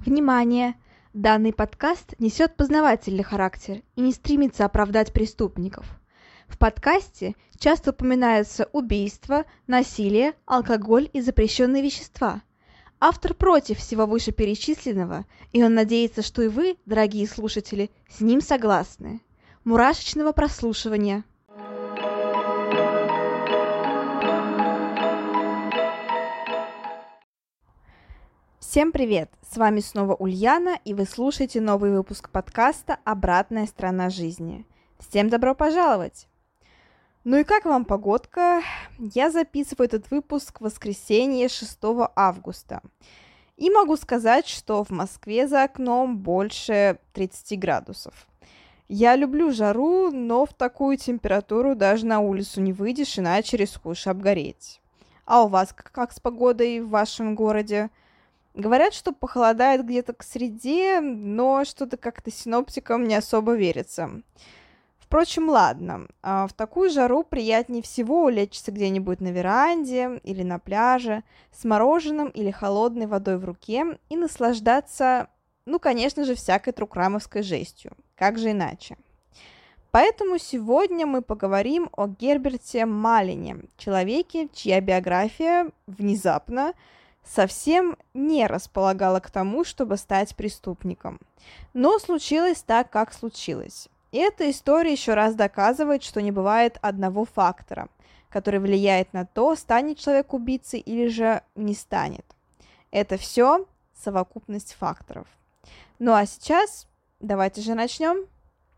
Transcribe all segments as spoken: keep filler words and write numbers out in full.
Внимание! Данный подкаст несет познавательный характер и не стремится оправдать преступников. В подкасте часто упоминаются убийства, насилие, алкоголь и запрещенные вещества. Автор против всего вышеперечисленного, и он надеется, что и вы, дорогие слушатели, с ним согласны. Мурашечного прослушивания! Всем привет! С вами снова Ульяна, и вы слушаете новый выпуск подкаста «Обратная сторона жизни». Всем добро пожаловать! Ну и как вам погодка? Я записываю этот выпуск в воскресенье шестого августа. И могу сказать, что в Москве за окном больше тридцати градусов. Я люблю жару, но в такую температуру даже на улицу не выйдешь, иначе рискуешь обгореть. А у вас как с погодой в вашем городе? Говорят, что похолодает где-то к среде, но что-то как-то синоптикам не особо верится. Впрочем, ладно, в такую жару приятнее всего улечься где-нибудь на веранде или на пляже с мороженым или холодной водой в руке и наслаждаться, ну, конечно же, всякой трукрамовской жестью. Как же иначе? Поэтому сегодня мы поговорим о Герберте Малине, человеке, чья биография внезапно совсем не располагала к тому, чтобы стать преступником. Но случилось так, как случилось. И эта история еще раз доказывает, что не бывает одного фактора, который влияет на то, станет человек убийцей или же не станет. Это все совокупность факторов. Ну а сейчас давайте же начнем.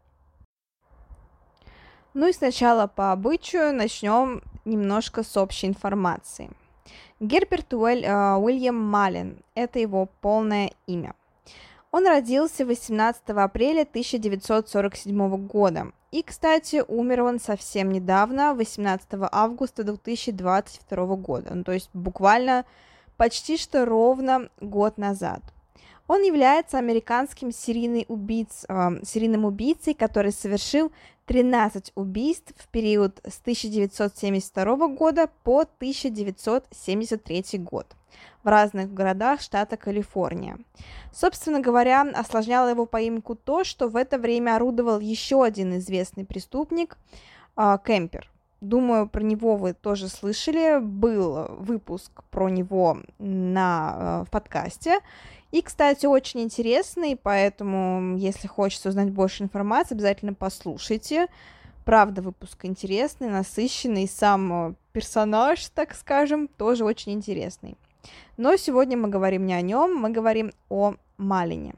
Ну и сначала по обычаю начнем немножко с общей информации. Герберт Уэль, э, Уильям Малин – это его полное имя. Он родился восемнадцатого апреля тысяча девятьсот сорок седьмого года. И, кстати, умер он совсем недавно, восемнадцатого августа две тысячи двадцать второго года. Ну, то есть буквально почти что ровно год назад. Он является американским серийный убийц, э, серийным убийцей, который совершил тринадцать убийств в период с тысяча девятьсот семьдесят второго года по тысяча девятьсот семьдесят третий год в разных городах штата Калифорния. Собственно говоря, осложняло его поимку то, что в это время орудовал еще один известный преступник э, Кемпер. Думаю, про него вы тоже слышали, был выпуск про него на, э, в подкасте. И, кстати, очень интересный, поэтому, если хочется узнать больше информации, обязательно послушайте. Правда, выпуск интересный, насыщенный, и сам персонаж, так скажем, тоже очень интересный. Но сегодня мы говорим не о нем, мы говорим о Малине.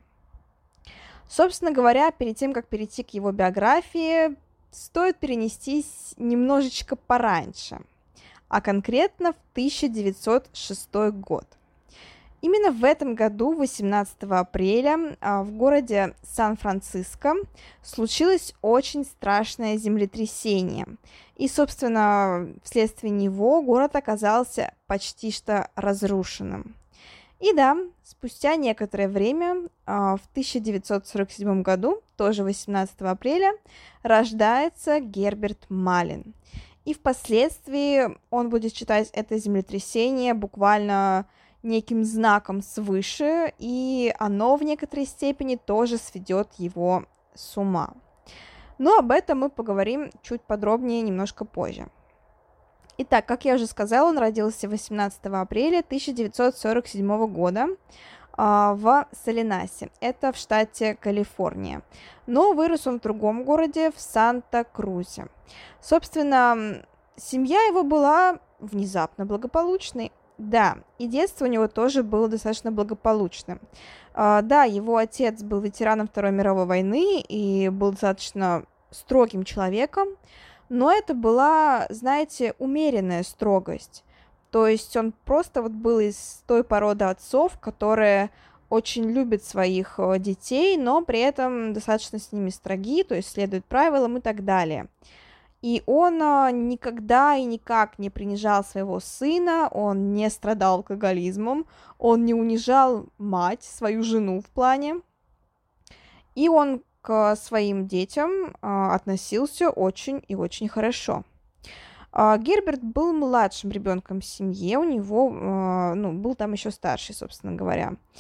Собственно говоря, перед тем, как перейти к его биографии, стоит перенестись немножечко пораньше, а конкретно в тысяча девятьсот шестой год. Именно в этом году, восемнадцатого апреля, в городе Сан-Франциско случилось очень страшное землетрясение. И, собственно, вследствие него город оказался почти что разрушенным. И да, спустя некоторое время, в тысяча девятьсот сорок седьмом году, тоже восемнадцатого апреля, рождается Герберт Малин. И впоследствии он будет считать это землетрясение буквально неким знаком свыше, и оно в некоторой степени тоже сведет его с ума. Но об этом мы поговорим чуть подробнее немножко позже. Итак, как я уже сказала, он родился восемнадцатого апреля тысяча девятьсот сорок седьмого года э, в Салинасе, это в штате Калифорния. Но вырос он в другом городе, в Санта-Крузе. Собственно, семья его была внезапно благополучной. Да, и детство у него тоже было достаточно благополучным. Uh, да, его отец был ветераном Второй мировой войны и был достаточно строгим человеком, но это была, знаете, умеренная строгость. То есть он просто вот был из той породы отцов, которые очень любят своих детей, но при этом достаточно с ними строги, то есть следуют правилам и так далее. И он а, никогда и никак не принижал своего сына, он не страдал алкоголизмом, он не унижал мать, свою жену в плане. И он к своим детям а, относился очень и очень хорошо. А, Герберт был младшим ребенком в семье, у него, а, ну, был там еще старший, собственно говоря.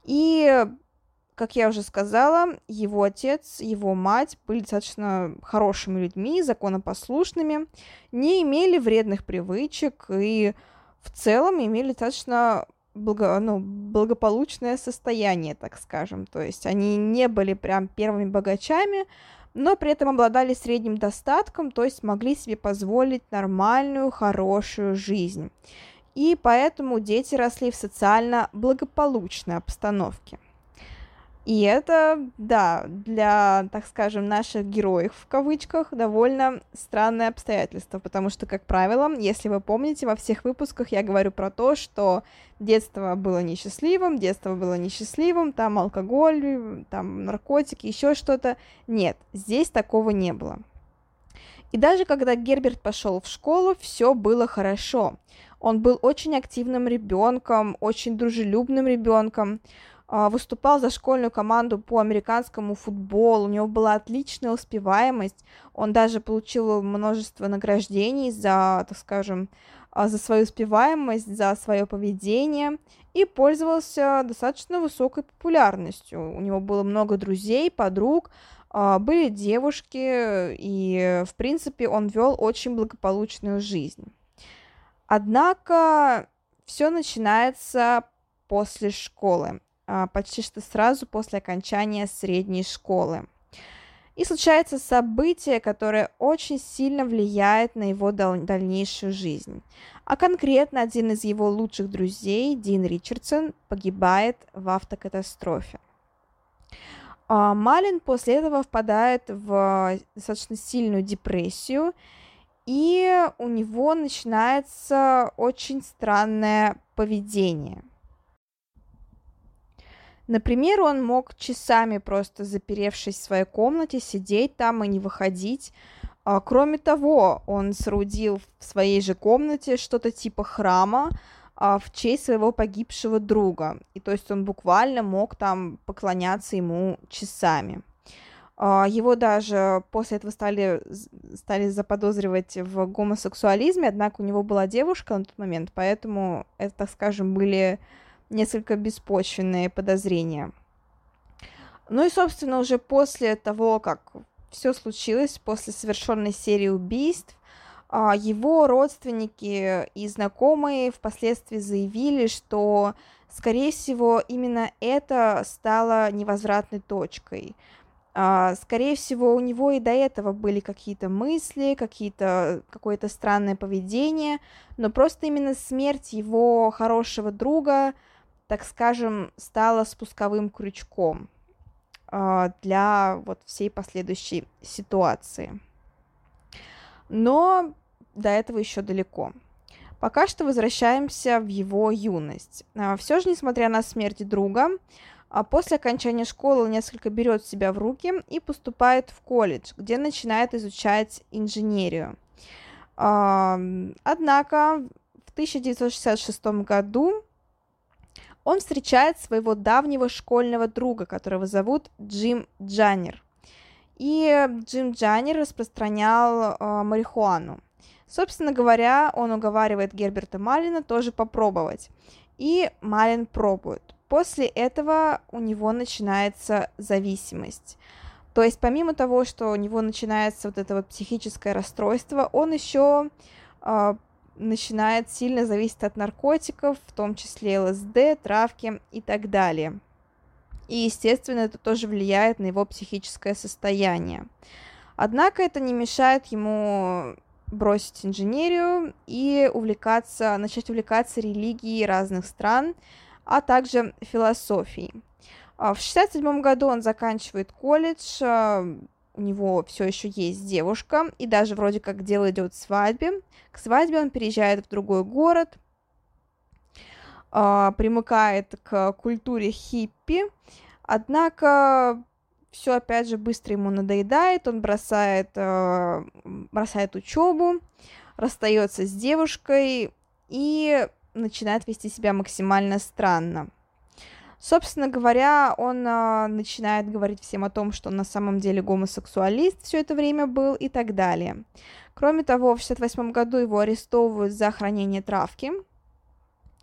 И, как я уже сказала, его отец, его мать были достаточно хорошими людьми, законопослушными, не имели вредных привычек и в целом имели достаточно благо, ну, благополучное состояние, так скажем. То есть они не были прям первыми богачами, но при этом обладали средним достатком, то есть могли себе позволить нормальную, хорошую жизнь. И поэтому дети росли в социально благополучной обстановке. И это, да, для, так скажем, наших героев, в кавычках, довольно странное обстоятельство, потому что, как правило, если вы помните, во всех выпусках я говорю про то, что детство было несчастливым, детство было несчастливым, там алкоголь, там наркотики, еще что-то. Нет, здесь такого не было. И даже когда Герберт пошел в школу, все было хорошо. Он был очень активным ребенком, очень дружелюбным ребенком, выступал за школьную команду по американскому футболу, у него была отличная успеваемость, он даже получил множество награждений за, так скажем, за свою успеваемость, за свое поведение и пользовался достаточно высокой популярностью. У него было много друзей, подруг, были девушки, и, в принципе, он вел очень благополучную жизнь. Однако все начинается после школы, почти что сразу после окончания средней школы. И случается событие, которое очень сильно влияет на его дальнейшую жизнь. А конкретно один из его лучших друзей, Дин Ричардсон, погибает в автокатастрофе. Малин после этого впадает в достаточно сильную депрессию, и у него начинается очень странное поведение. Например, он мог часами просто заперевшись в своей комнате, сидеть там и не выходить. Кроме того, он соорудил в своей же комнате что-то типа храма в честь своего погибшего друга. И то есть он буквально мог там поклоняться ему часами. Его даже после этого стали, стали заподозривать в гомосексуализме, однако у него была девушка на тот момент, поэтому это, так скажем, были несколько беспочвенные подозрения. Ну и, собственно, уже после того, как все случилось, после совершенной серии убийств, его родственники и знакомые впоследствии заявили, что, скорее всего, именно это стало невозвратной точкой. Скорее всего, у него и до этого были какие-то мысли, какие-то, какое-то странное поведение, но просто именно смерть его хорошего друга, так скажем, стала спусковым крючком для вот всей последующей ситуации. Но до этого еще далеко. Пока что возвращаемся в его юность. Все же, несмотря на смерть друга, после окончания школы он несколько берет себя в руки и поступает в колледж, где начинает изучать инженерию. Однако в тысяча девятьсот шестьдесят шестом году он встречает своего давнего школьного друга, которого зовут Джим Джаннер. И Джим Джаннер распространял э, марихуану. Собственно говоря, он уговаривает Герберта Малина тоже попробовать. И Малин пробует. После этого у него начинается зависимость. То есть помимо того, что у него начинается вот это вот психическое расстройство, он еще э, начинает сильно зависеть от наркотиков, в том числе ЛСД, травки и так далее. И, естественно, это тоже влияет на его психическое состояние. Однако это не мешает ему бросить инженерию и увлекаться, начать увлекаться религией разных стран, а также философией. В шестьдесят седьмом году он заканчивает колледж, у него все еще есть девушка, и даже вроде как дело идет к свадьбе. К свадьбе он переезжает в другой город, примыкает к культуре хиппи, однако все опять же быстро ему надоедает, он бросает, бросает учебу, расстается с девушкой и начинает вести себя максимально странно. Собственно говоря, он начинает говорить всем о том, что он на самом деле гомосексуалист все это время был и так далее. Кроме того, в шестьдесят восьмом году его арестовывают за хранение травки.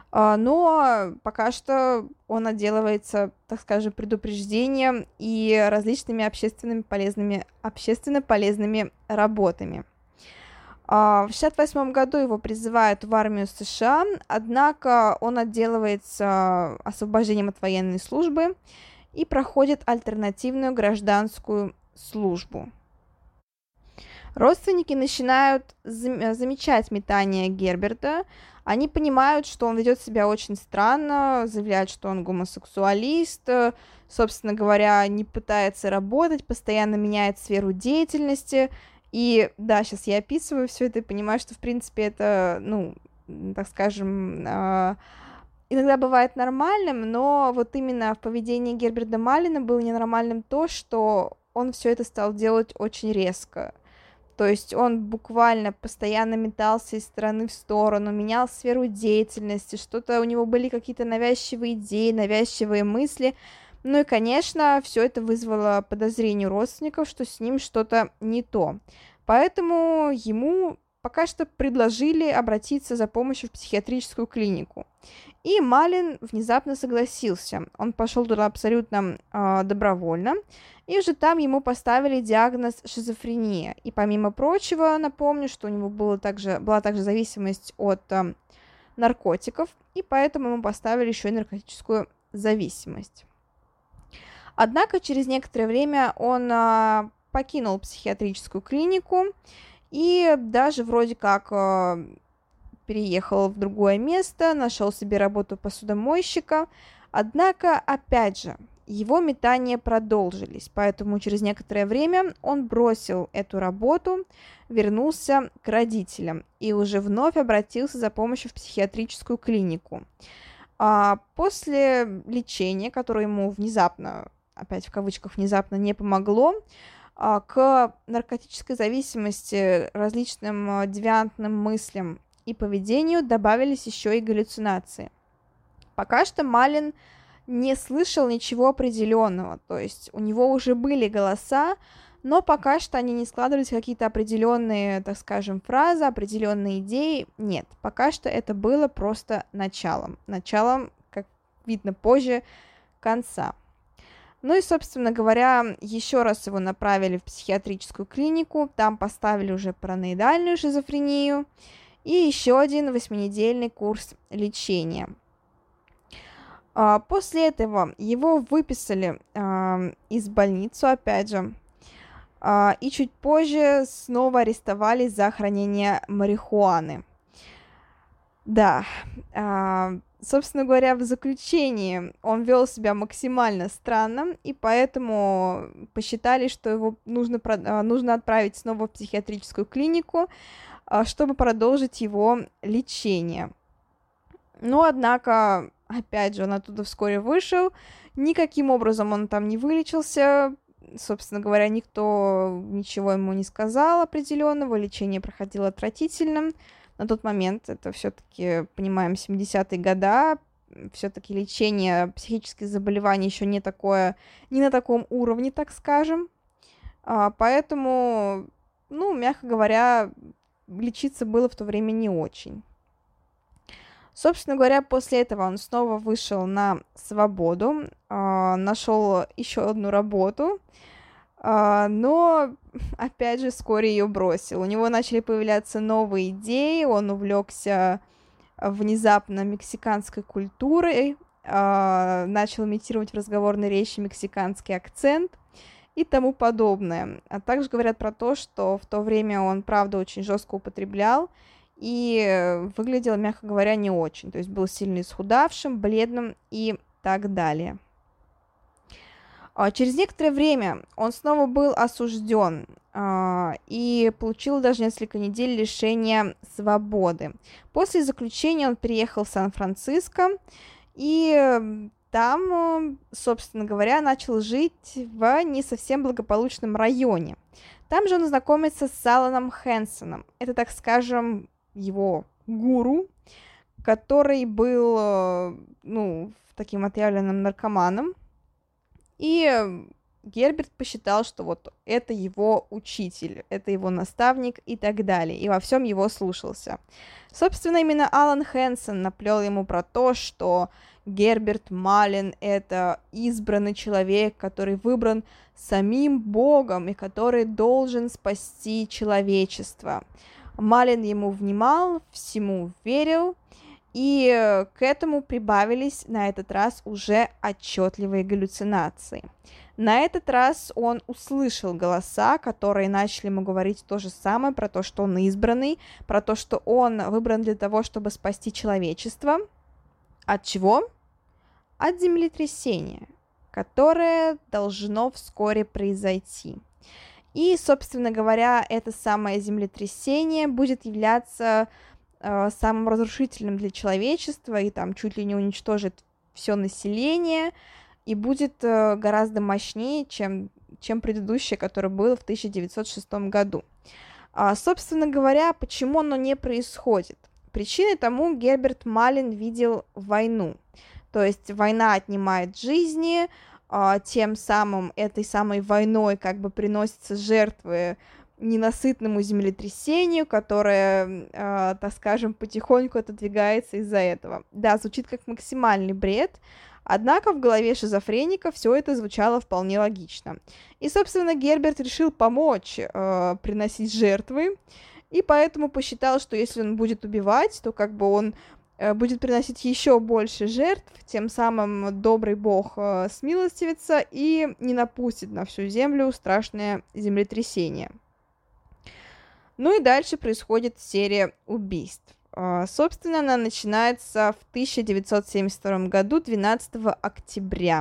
А, но пока что он отделывается, так скажем, предупреждением и различными общественными полезными, общественно полезными работами. А, В шестьдесят восьмом году его призывают в армию США, однако он отделывается освобождением от военной службы и проходит альтернативную гражданскую службу. Родственники начинают зам- замечать метания Герберта. Они понимают, что он ведет себя очень странно, заявляют, что он гомосексуалист, э, собственно говоря, не пытается работать, постоянно меняет сферу деятельности. И да, сейчас я описываю все это и понимаю, что, в принципе, это, ну, м, так скажем, а, иногда бывает нормальным, но вот именно в поведении Герберта Малина было ненормальным то, что он все это стал делать очень резко. То есть он буквально постоянно метался из стороны в сторону, менял сферу деятельности, что-то у него были какие-то навязчивые идеи, навязчивые мысли. Ну и, конечно, все это вызвало подозрение у родственников, что с ним что-то не то. Поэтому ему пока что предложили обратиться за помощью в психиатрическую клинику. И Малин внезапно согласился. Он пошел туда абсолютно э, добровольно, и уже там ему поставили диагноз шизофрения. И помимо прочего, напомню, что у него было также, была также зависимость от э, наркотиков, и поэтому ему поставили еще и наркотическую зависимость. Однако через некоторое время он э, покинул психиатрическую клинику и даже вроде как э, переехал в другое место, нашел себе работу посудомойщика. Однако, опять же, его метания продолжились, поэтому через некоторое время он бросил эту работу, вернулся к родителям и уже вновь обратился за помощью в психиатрическую клинику. А после лечения, которое ему внезапно, опять в кавычках, внезапно не помогло, а, к наркотической зависимости, различным а, девиантным мыслям и поведению добавились еще и галлюцинации. Пока что Малин не слышал ничего определенного, то есть у него уже были голоса, но пока что они не складывались в какие-то определенные, так скажем, фразы, определенные идеи. Нет, пока что это было просто началом. Началом, как видно позже, конца. Ну и, собственно говоря, еще раз его направили в психиатрическую клинику, там поставили уже параноидальную шизофрению и еще один восьминедельный курс лечения. А, После этого его выписали а, из больницы, опять же, а, и чуть позже снова арестовали за хранение марихуаны. Да, а, собственно говоря, в заключении он вел себя максимально странно, и поэтому посчитали, что его нужно, про- а, нужно отправить снова в психиатрическую клинику, а, чтобы продолжить его лечение. Но, однако, опять же, он оттуда вскоре вышел, никаким образом он там не вылечился, собственно говоря, никто ничего ему не сказал определенного, лечение проходило отвратительно. На тот момент это все-таки, понимаем, семидесятые годы, все-таки лечение психических заболеваний еще не такое, не на таком уровне, так скажем. А, поэтому, ну, мягко говоря, лечиться было в то время не очень. Собственно говоря, после этого он снова вышел на свободу, а, нашел еще одну работу, а, но, опять же, вскоре ее бросил. У него начали появляться новые идеи, он увлекся внезапно мексиканской культурой, а, начал имитировать в разговорной речи мексиканский акцент и тому подобное. А также говорят про то, что в то время он, правда, очень жестко употреблял и выглядел, мягко говоря, не очень. То есть был сильно исхудавшим, бледным и так далее. А через некоторое время он снова был осужден а, и получил даже несколько недель лишения свободы. После заключения он переехал в Сан-Франциско и там, собственно говоря, начал жить в не совсем благополучном районе. Там же он знакомится с Аланом Хэнсоном. Это, так скажем, его гуру, который был, ну, таким отъявленным наркоманом. И Герберт посчитал, что вот это его учитель, это его наставник и так далее, и во всем его слушался. Собственно, именно Алан Хэнсон наплел ему про то, что Герберт Малин — это избранный человек, который выбран самим Богом и который должен спасти человечество. Малин ему внимал, всему верил, и к этому прибавились на этот раз уже отчетливые галлюцинации. На этот раз он услышал голоса, которые начали ему говорить то же самое, про то, что он избранный, про то, что он выбран для того, чтобы спасти человечество. От чего? От землетрясения, которое должно вскоре произойти. И, собственно говоря, это самое землетрясение будет являться э, самым разрушительным для человечества и там чуть ли не уничтожит все население, и будет э, гораздо мощнее, чем, чем предыдущее, которое было в тысяча девятьсот шестом году. А, собственно говоря, почему оно не происходит? Причиной тому Герберт Малин видел войну. То есть война отнимает жизни, а, тем самым этой самой войной как бы приносятся жертвы ненасытному землетрясению, которое, а, так скажем, потихоньку отодвигается из-за этого. Да, звучит как максимальный бред, однако в голове шизофреника все это звучало вполне логично. И, собственно, Герберт решил помочь э, приносить жертвы, и поэтому посчитал, что если он будет убивать, то как бы он э, будет приносить еще больше жертв, тем самым добрый бог э, смилостивится и не напустит на всю землю страшное землетрясение. Ну и дальше происходит серия убийств. Собственно, она начинается в тысяча девятьсот семьдесят втором году, двенадцатого октября.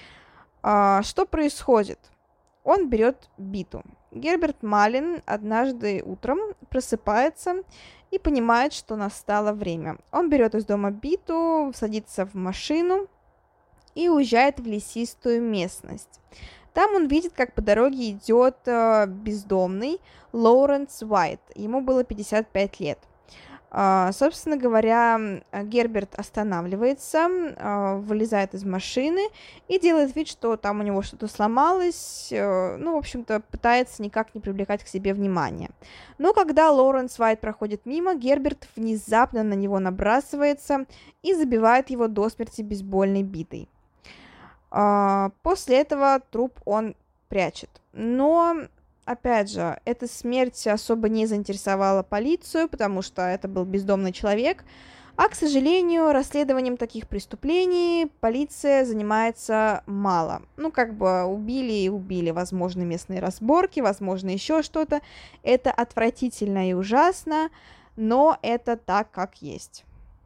Что происходит? Он берет биту. Герберт Малин однажды утром просыпается и понимает, что настало время. Он берет из дома биту, садится в машину и уезжает в лесистую местность. Там он видит, как по дороге идет бездомный Лоуренс Уайт. Ему было пятьдесят пять лет. Uh, собственно говоря, Герберт останавливается, uh, вылезает из машины и делает вид, что там у него что-то сломалось, uh, ну, в общем-то, пытается никак не привлекать к себе внимания. Но когда Лоуренс Уайт проходит мимо, Герберт внезапно на него набрасывается и забивает его до смерти бейсбольной битой. Uh, после этого труп он прячет. Но... Опять же, эта смерть особо не заинтересовала полицию, потому что это был бездомный человек, а, к сожалению, расследованием таких преступлений полиция занимается мало. Ну, как бы убили и убили, возможно, местные разборки, возможно, еще что-то. Это отвратительно и ужасно, но это так, как есть.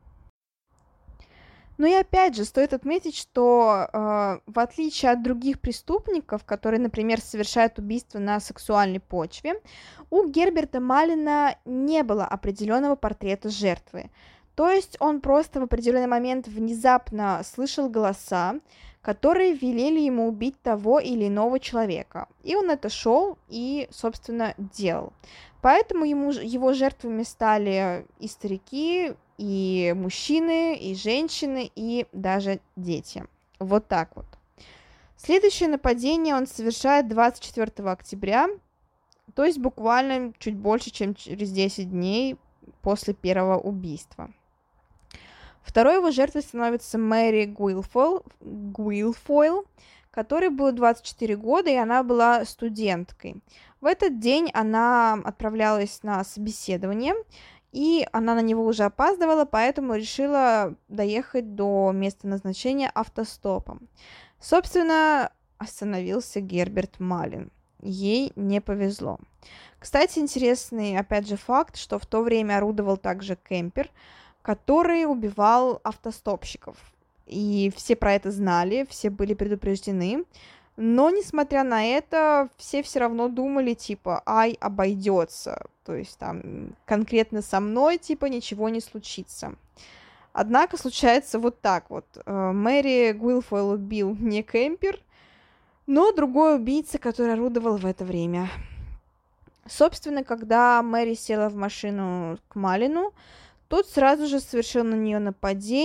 Ну и опять же, стоит отметить, что э, в отличие от других преступников, которые, например, совершают убийство на сексуальной почве, у Герберта Малина не было определенного портрета жертвы. То есть он просто в определенный момент внезапно слышал голоса, которые велели ему убить того или иного человека. И он это шел и, собственно, делал. Поэтому ему, его жертвами стали и старики, и мужчины, и женщины, и даже дети. Вот так вот. Следующее нападение он совершает двадцать четвёртого октября, то есть буквально чуть больше, чем через десять дней после первого убийства. Второй его жертвой становится Мэри Гуилфойл, Гуилфойл, которой было двадцать четыре года, и она была студенткой. В этот день она отправлялась на собеседование, и она на него уже опаздывала, поэтому решила доехать до места назначения автостопом. Собственно, остановился Герберт Малин. Ей не повезло. Кстати, интересный, опять же, факт, что в то время орудовал также кемпер, который убивал автостопщиков. И все про это знали, все были предупреждены. Но, несмотря на это, все все равно думали, типа, ай, обойдется. То есть там конкретно со мной, типа, ничего не случится. Однако случается вот так вот. Мэри Гуилфойл убил не кемпер, но другой убийца, который орудовал в это время. Собственно, когда Мэри села в машину к Малину, тот сразу же совершил на нее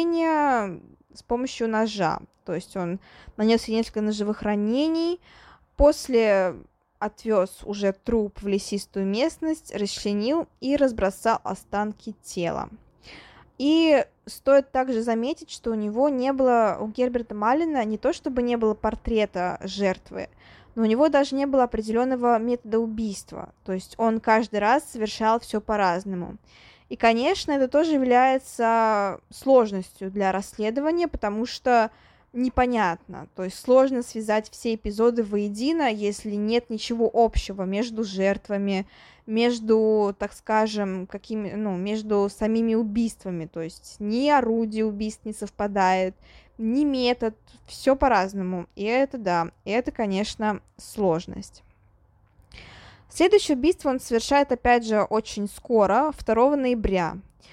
нападение с помощью ножа. То есть он нанес ей несколько ножевых ранений, После отвез уже труп в лесистую местность, расчленил и разбросал останки тела. И стоит также заметить, что у него не было, у Герберта Маллена не то чтобы не было портрета жертвы, но у него даже не было определенного метода убийства. То есть он каждый раз совершал все по-разному. И, конечно, это тоже является сложностью для расследования, потому что непонятно, то есть сложно связать все эпизоды воедино, если нет ничего общего между жертвами, между, так скажем, какими, ну, между самими убийствами, то есть ни орудие убийств не совпадает, ни метод, все по-разному, и это, да, и это, конечно, сложность. Следующее убийство он совершает, опять же, очень скоро, второго ноября.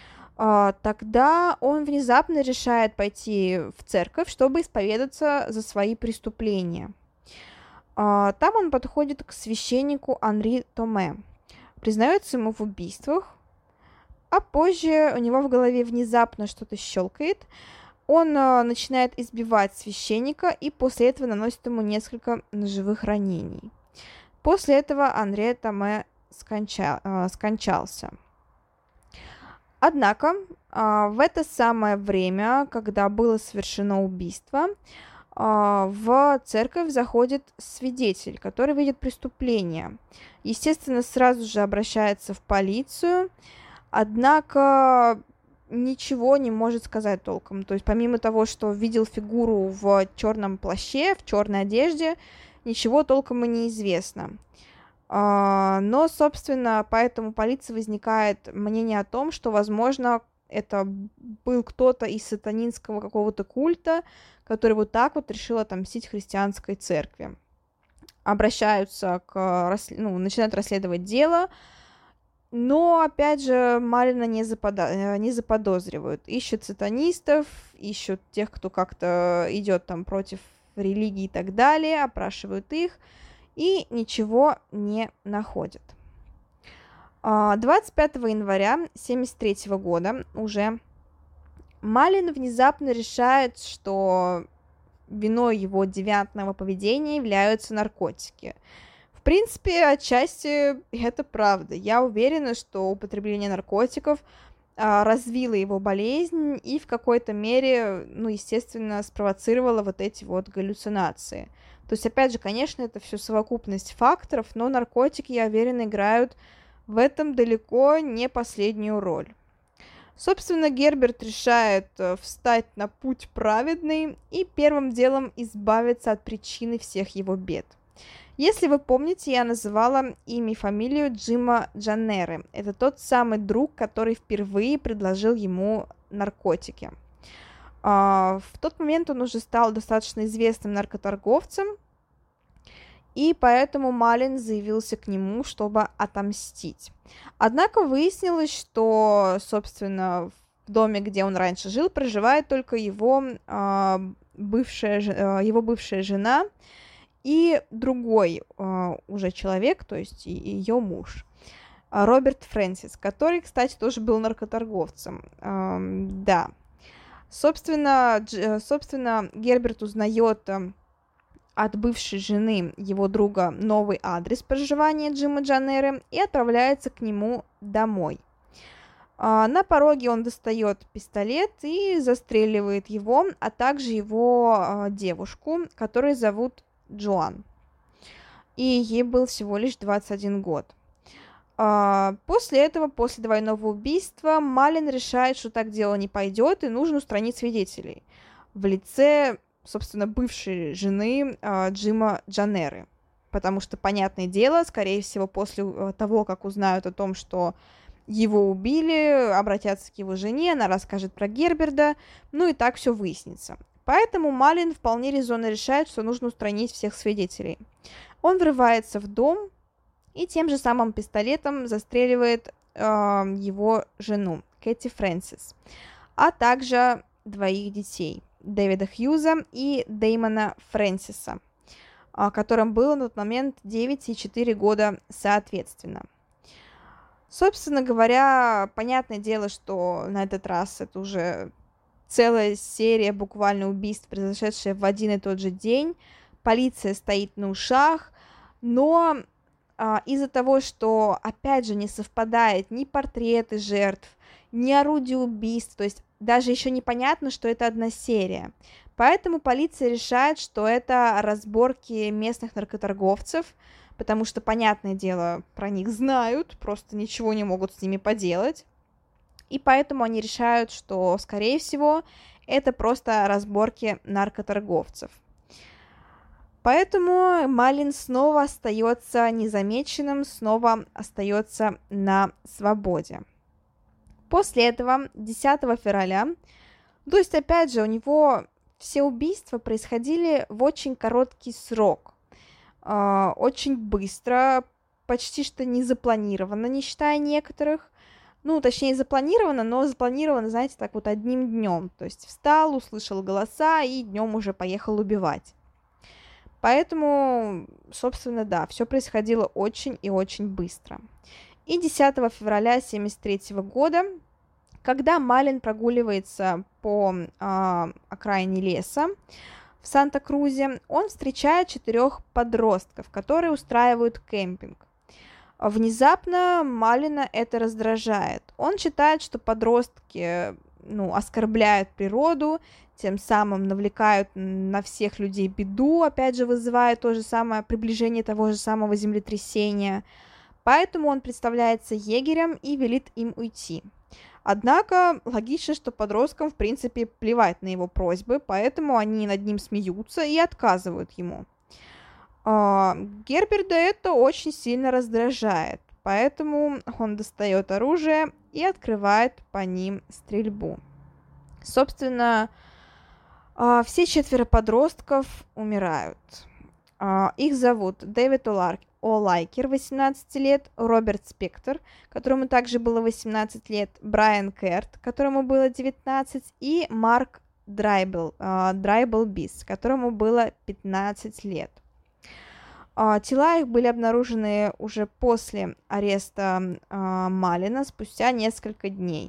Тогда он внезапно решает пойти в церковь, чтобы исповедаться за свои преступления. Там он подходит к священнику Анри Томе, признается ему в убийствах, а позже у него в голове внезапно что-то щелкает. Он начинает избивать священника и после этого наносит ему несколько ножевых ранений. После этого Анри Томе сконча... скончался. Однако в это самое время, когда было совершено убийство, в церковь заходит свидетель, который видит преступление. Естественно, сразу же обращается в полицию, однако ничего не может сказать толком. То есть помимо того, что видел фигуру в черном плаще, в черной одежде, ничего толком и не известно. Но, собственно, поэтому полиции возникает мнение о том, что, возможно, это был кто-то из сатанинского какого-то культа, который вот так вот решил отомстить христианской церкви. Обращаются к, ну, начинают расследовать дело, но, опять же, Маллена не, запода... не заподозривают. Ищут сатанистов, ищут тех, кто как-то идет там против религии и так далее, опрашивают их, и ничего не находят. двадцать пятого января тысяча девятьсот семьдесят третьего года уже Маллен внезапно решает, что виной его девиантного поведения являются наркотики. В принципе, отчасти это правда. Я уверена, что употребление наркотиков а, развило его болезнь и в какой-то мере, ну, естественно, спровоцировало вот эти вот галлюцинации. То есть, опять же, конечно, это все совокупность факторов, но наркотики, я уверена, играют в этом далеко не последнюю роль. Собственно, Герберт решает встать на путь праведный и первым делом избавиться от причины всех его бед. Если вы помните, я называла имя и фамилию Джима Джаннеры. Это тот самый друг, который впервые предложил ему наркотики. В тот момент он уже стал достаточно известным наркоторговцем, и поэтому Маллен заявился к нему, чтобы отомстить. Однако выяснилось, что, собственно, в доме, где он раньше жил, проживает только его, бывшая, его бывшая жена и другой уже человек, то есть ее муж, Роберт Фрэнсис, который, кстати, тоже был наркоторговцем. Да. Собственно, Дж, собственно, Герберт узнает от бывшей жены его друга новый адрес проживания Джима Джаннеры и отправляется к нему домой. На пороге он достает пистолет и застреливает его, а также его девушку, которую зовут Джоан. И ей был всего лишь двадцать один год. После этого, после двойного убийства, Маллен решает, что так дело не пойдет, и нужно устранить свидетелей в лице, собственно, бывшей жены э, Джима Джаннеры. Потому что, понятное дело, скорее всего, после того, как узнают о том, что его убили, обратятся к его жене, она расскажет про Герберта, ну и так все выяснится. Поэтому Маллен вполне резонно решает, что нужно устранить всех свидетелей. Он врывается в дом и тем же самым пистолетом застреливает э, его жену, Кэти Фрэнсис, а также двоих детей, Дэвида Хьюза и Дэймона Фрэнсиса, э, которым было на тот момент девять и четыре года соответственно. Собственно говоря, понятное дело, что на этот раз это уже целая серия буквально убийств, произошедшая в один и тот же день. Полиция стоит на ушах, но а, из-за того, что, опять же, не совпадает ни портреты жертв, ни орудие убийств, то есть даже еще непонятно, что это одна серия. Поэтому полиция решает, что это разборки местных наркоторговцев, потому что, понятное дело, про них знают, просто ничего не могут с ними поделать. И поэтому они решают, что, скорее всего, это просто разборки наркоторговцев. Поэтому Малин снова остается незамеченным, снова остается на свободе. После этого, десятого февраля, то есть, опять же, у него все убийства происходили в очень короткий срок, э, очень быстро, почти что не запланировано, не считая некоторых. Ну, точнее, запланировано, но запланировано, знаете, так вот одним днем. То есть встал, услышал голоса и днем уже поехал убивать. Поэтому, собственно, да, все происходило очень и очень быстро. И десятого февраля тысяча девятьсот семьдесят третьего года, когда Малин прогуливается по э, окраине леса в Санта-Крузе, он встречает четырех подростков, которые устраивают кемпинг. Внезапно Малина это раздражает. Он считает, что подростки, ну, оскорбляют природу, тем самым навлекают на всех людей беду, опять же, вызывая то же самое приближение того же самого землетрясения. Поэтому он представляется егерем и велит им уйти. Однако логично, что подросткам, в принципе, плевать на его просьбы, поэтому они над ним смеются и отказывают ему. Герберта это очень сильно раздражает, поэтому он достает оружие и открывает по ним стрельбу. Собственно, все четверо подростков умирают. Их зовут Дэвид О'Лайкер, восемнадцать лет, Роберт Спектор, которому также было восемнадцать лет, Брайан Керт, которому было девятнадцать, и Марк Драйбл, Драйбл-Бис, которому было пятнадцать лет. Тела их были обнаружены уже после ареста Малина, спустя несколько дней.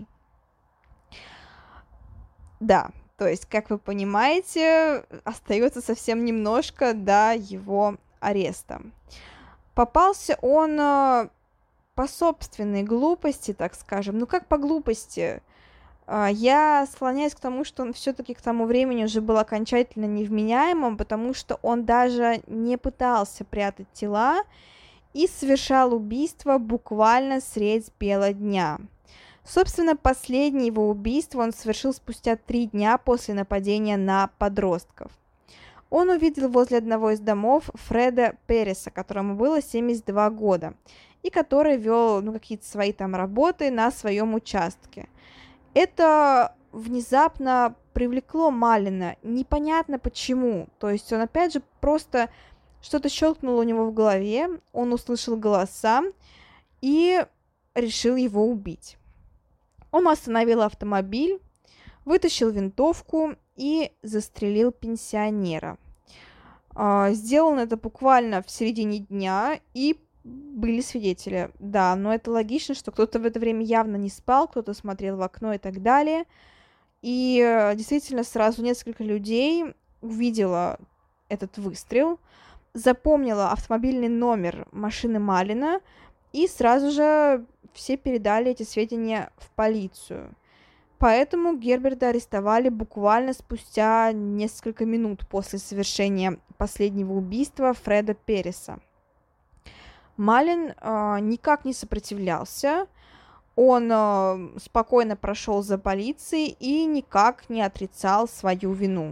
Да, то есть, как вы понимаете, остается совсем немножко до его ареста. Попался он по собственной глупости, так скажем. Ну, как по глупости? Я склоняюсь к тому, что он все-таки к тому времени уже был окончательно невменяемым, потому что он даже не пытался прятать тела и совершал убийство буквально средь бела дня. Собственно, последнее его убийство он совершил спустя три дня после нападения на подростков. Он увидел возле одного из домов Фреда Переса, которому было семьдесят два года, и который вел ну, какие-то свои там работы на своем участке. Это внезапно привлекло Малина, непонятно почему, то есть он опять же просто что-то щелкнуло у него в голове, он услышал голоса и решил его убить. Он остановил автомобиль, вытащил винтовку и застрелил пенсионера. Сделал он это буквально в середине дня, и были свидетели. Да, но это логично, что кто-то в это время явно не спал, кто-то смотрел в окно и так далее. И действительно сразу несколько людей увидело этот выстрел, запомнило автомобильный номер машины Малина, и сразу же все передали эти сведения в полицию. Поэтому Герберта арестовали буквально спустя несколько минут после совершения последнего убийства Фреда Переса. Малин э, никак не сопротивлялся, он э, спокойно прошел за полицией и никак не отрицал свою вину.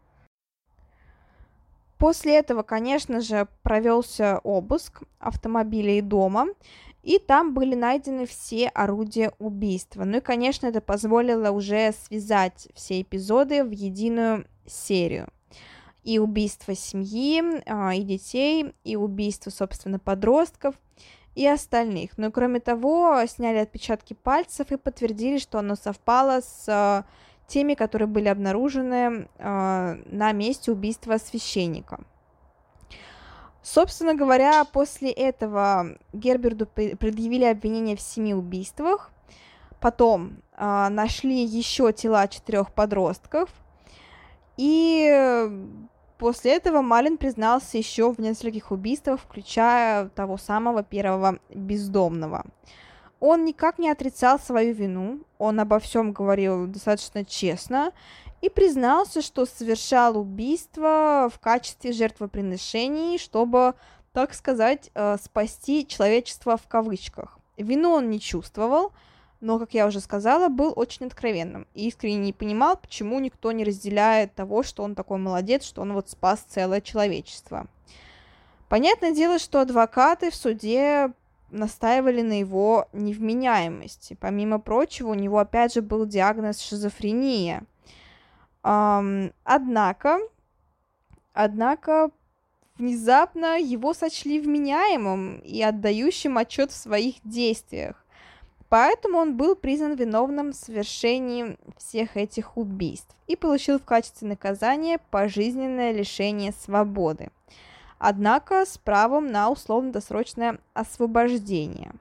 После этого, конечно же, провелся обыск автомобиля и дома, и там были найдены все орудия убийства. Ну и, конечно, это позволило уже связать все эпизоды в единую серию. И убийство семьи, и детей, и убийство, собственно, подростков и остальных. Но, кроме того, сняли отпечатки пальцев и подтвердили, что оно совпало с теми, которые были обнаружены на месте убийства священника. Собственно говоря, после этого Герберту предъявили обвинение в семи убийствах. Потом нашли еще тела четырех подростков. И после этого Малин признался еще в нескольких убийствах, включая того самого первого бездомного. Он никак не отрицал свою вину, он обо всем говорил достаточно честно и признался, что совершал убийство в качестве жертвоприношений, чтобы, так сказать, спасти человечество в кавычках. Вину он не чувствовал, но, как я уже сказала, был очень откровенным и искренне не понимал, почему никто не разделяет того, что он такой молодец, что он вот спас целое человечество. Понятное дело, что адвокаты в суде настаивали на его невменяемости. Помимо прочего, у него опять же был диагноз шизофрения. Эм, однако, однако, внезапно его сочли вменяемым и отдающим отчет в своих действиях. Поэтому он был признан виновным в совершении всех этих убийств и получил в качестве наказания пожизненное лишение свободы, однако с правом на условно-досрочное освобождение.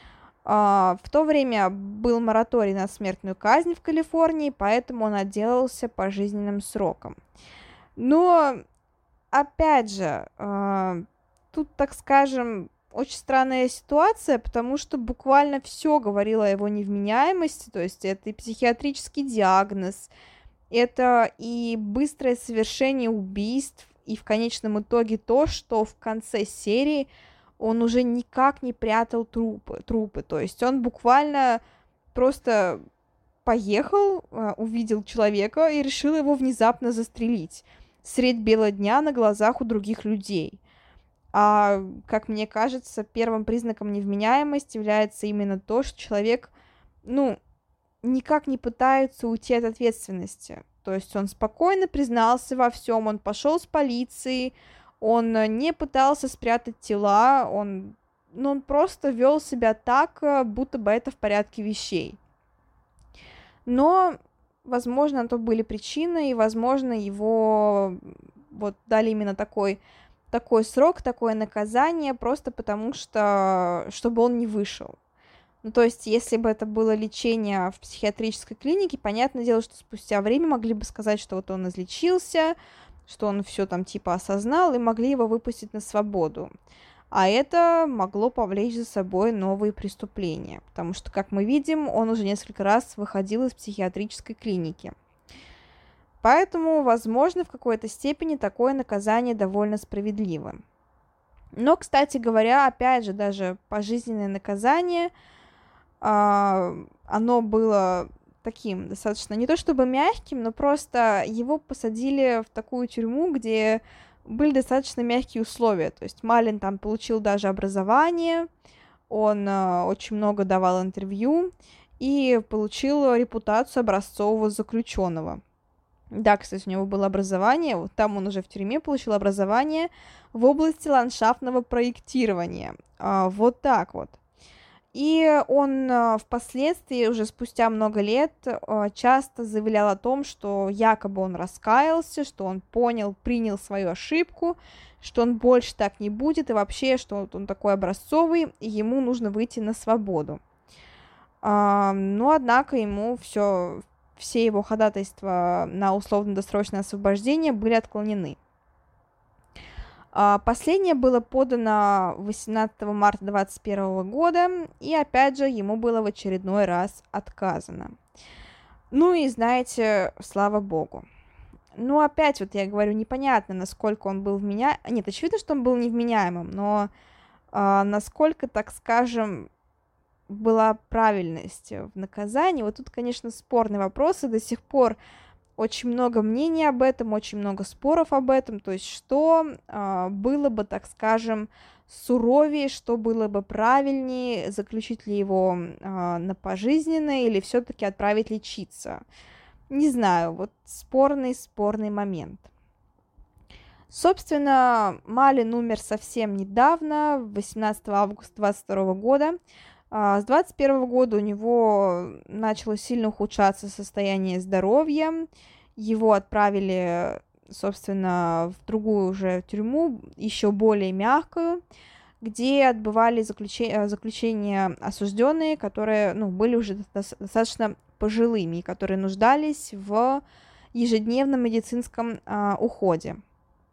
В то время был мораторий на смертную казнь в Калифорнии, поэтому он отделался пожизненным сроком. Но, опять же, тут, так скажем, очень странная ситуация, потому что буквально все говорило о его невменяемости, то есть это и психиатрический диагноз, это и быстрое совершение убийств, и в конечном итоге то, что в конце серии он уже никак не прятал трупы, трупы, то есть он буквально просто поехал, увидел человека и решил его внезапно застрелить средь бела дня на глазах у других людей. А, как мне кажется, первым признаком невменяемости является именно то, что человек, ну, никак не пытается уйти от ответственности. То есть он спокойно признался во всем, он пошел с полицией, он не пытался спрятать тела, он, ну, он просто вел себя так, будто бы это в порядке вещей. Но, возможно, на то были причины, и, возможно, его вот дали именно такой... такой срок, такое наказание, просто потому что, чтобы он не вышел. Ну, то есть, если бы это было лечение в психиатрической клинике, понятное дело, что спустя время могли бы сказать, что вот он излечился, что он все там типа осознал, и могли его выпустить на свободу. А это могло повлечь за собой новые преступления, потому что, как мы видим, он уже несколько раз выходил из психиатрической клиники. Поэтому, возможно, в какой-то степени такое наказание довольно справедливо. Но, кстати говоря, опять же, даже пожизненное наказание, э, оно было таким достаточно, не то чтобы мягким, но просто его посадили в такую тюрьму, где были достаточно мягкие условия. То есть Малин там получил даже образование, он э, очень много давал интервью и получил репутацию образцового заключенного. Да, кстати, у него было образование, вот там он уже в тюрьме получил образование в области ландшафтного проектирования. А, вот так вот. И он а, впоследствии, уже спустя много лет, а, часто заявлял о том, что якобы он раскаялся, что он понял, принял свою ошибку, что он больше так не будет, и вообще, что вот он такой образцовый, и ему нужно выйти на свободу. А, но, однако, ему все... все его ходатайства на условно-досрочное освобождение были отклонены. Последнее было подано восемнадцатого марта двадцать первого года, и опять же ему было в очередной раз отказано. Ну и знаете, слава богу. Ну опять вот я говорю, непонятно, насколько он был вменяемым. Нет, очевидно, что он был невменяемым, но а, насколько, так скажем, была правильность в наказании. Вот тут, конечно, спорные вопросы. До сих пор очень много мнений об этом, очень много споров об этом. То есть, что э, было бы, так скажем, суровее, что было бы правильнее, заключить ли его э, на пожизненное или все-таки отправить лечиться. Не знаю, вот спорный-спорный момент. Собственно, Малин умер совсем недавно, восемнадцатого августа двадцать второго года. С двадцать первого года у него начало сильно ухудшаться состояние здоровья, его отправили, собственно, в другую уже тюрьму, еще более мягкую, где отбывали заключение, заключения осужденные, которые, ну, были уже достаточно пожилыми и которые нуждались в ежедневном медицинском а, уходе.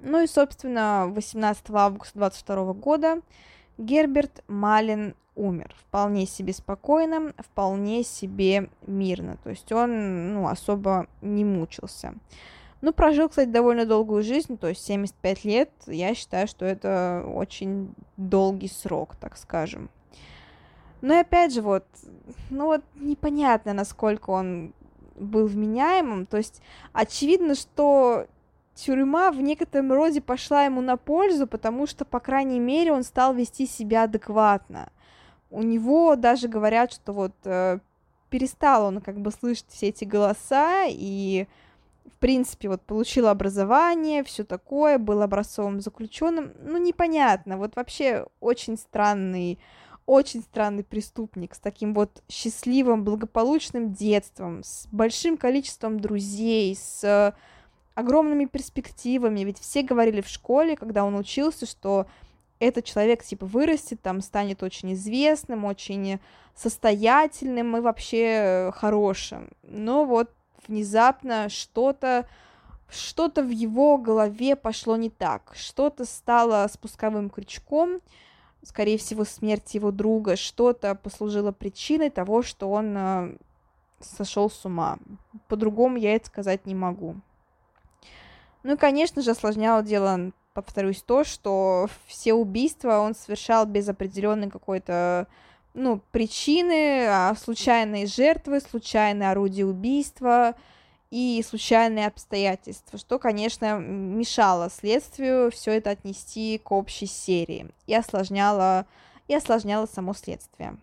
Ну и, собственно, восемнадцатого августа двадцать второго года Герберт Малин умер вполне себе спокойно, вполне себе мирно. То есть он, ну, особо не мучился. Ну, прожил, кстати, довольно долгую жизнь, то есть семьдесят пять лет. Я считаю, что это очень долгий срок, так скажем. Но и опять же, вот, ну вот непонятно, насколько он был вменяемым. То есть очевидно, что тюрьма в некотором роде пошла ему на пользу, потому что, по крайней мере, он стал вести себя адекватно. У него даже говорят, что вот э, перестал он как бы слышать все эти голоса и, в принципе, вот получил образование, все такое, был образцовым заключенным. Ну, непонятно, вот вообще очень странный, очень странный преступник с таким вот счастливым, благополучным детством, с большим количеством друзей, с огромными перспективами, ведь все говорили в школе, когда он учился, что этот человек, типа, вырастет, там, станет очень известным, очень состоятельным и вообще хорошим. Но вот внезапно что-то, что-то в его голове пошло не так, что-то стало спусковым крючком, скорее всего, смерть его друга, что-то послужило причиной того, что он э, сошел с ума. По-другому я это сказать не могу. Ну и, конечно же, осложняло дело, повторюсь, то, что все убийства он совершал без определенной какой-то, ну, причины, а случайные жертвы, случайные орудия убийства и случайные обстоятельства, что, конечно, мешало следствию все это отнести к общей серии и осложняло, и осложняло само следствие.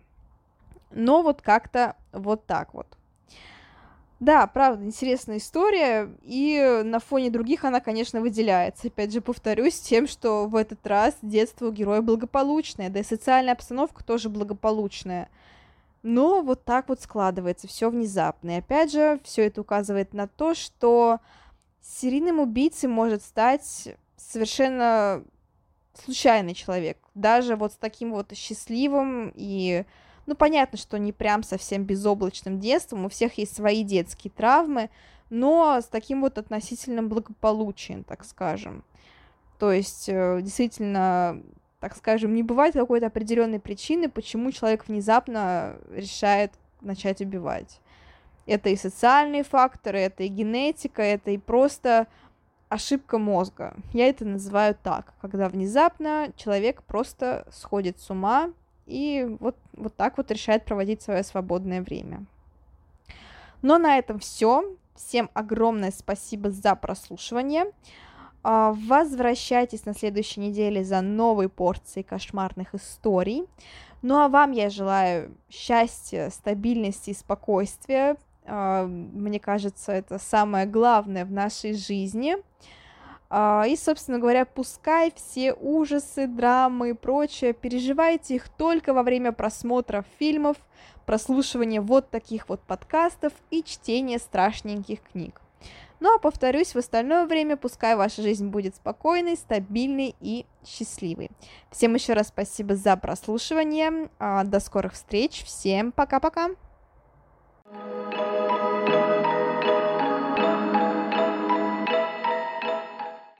Но вот как-то вот так вот. Да, правда, интересная история, и на фоне других она, конечно, выделяется. Опять же, повторюсь тем, что в этот раз детство у героя благополучное, да и социальная обстановка тоже благополучная. Но вот так вот складывается, все внезапно. И опять же, все это указывает на то, что серийным убийцей может стать совершенно случайный человек. Даже вот с таким вот счастливым и... Ну, понятно, что не прям совсем безоблачным детством, у всех есть свои детские травмы, но с таким вот относительным благополучием, так скажем. То есть, действительно, так скажем, не бывает какой-то определенной причины, почему человек внезапно решает начать убивать. Это и социальные факторы, это и генетика, это и просто ошибка мозга. Я это называю так, когда внезапно человек просто сходит с ума, и вот, вот так вот решает проводить свое свободное время. Но на этом все. Всем огромное спасибо за прослушивание. Возвращайтесь на следующей неделе за новой порцией кошмарных историй. Ну а вам я желаю счастья, стабильности и спокойствия. Мне кажется, это самое главное в нашей жизни. И, собственно говоря, пускай все ужасы, драмы и прочее, переживайте их только во время просмотра фильмов, прослушивания вот таких вот подкастов и чтения страшненьких книг. Ну а повторюсь, в остальное время пускай ваша жизнь будет спокойной, стабильной и счастливой. Всем еще раз спасибо за прослушивание. До скорых встреч. Всем пока-пока.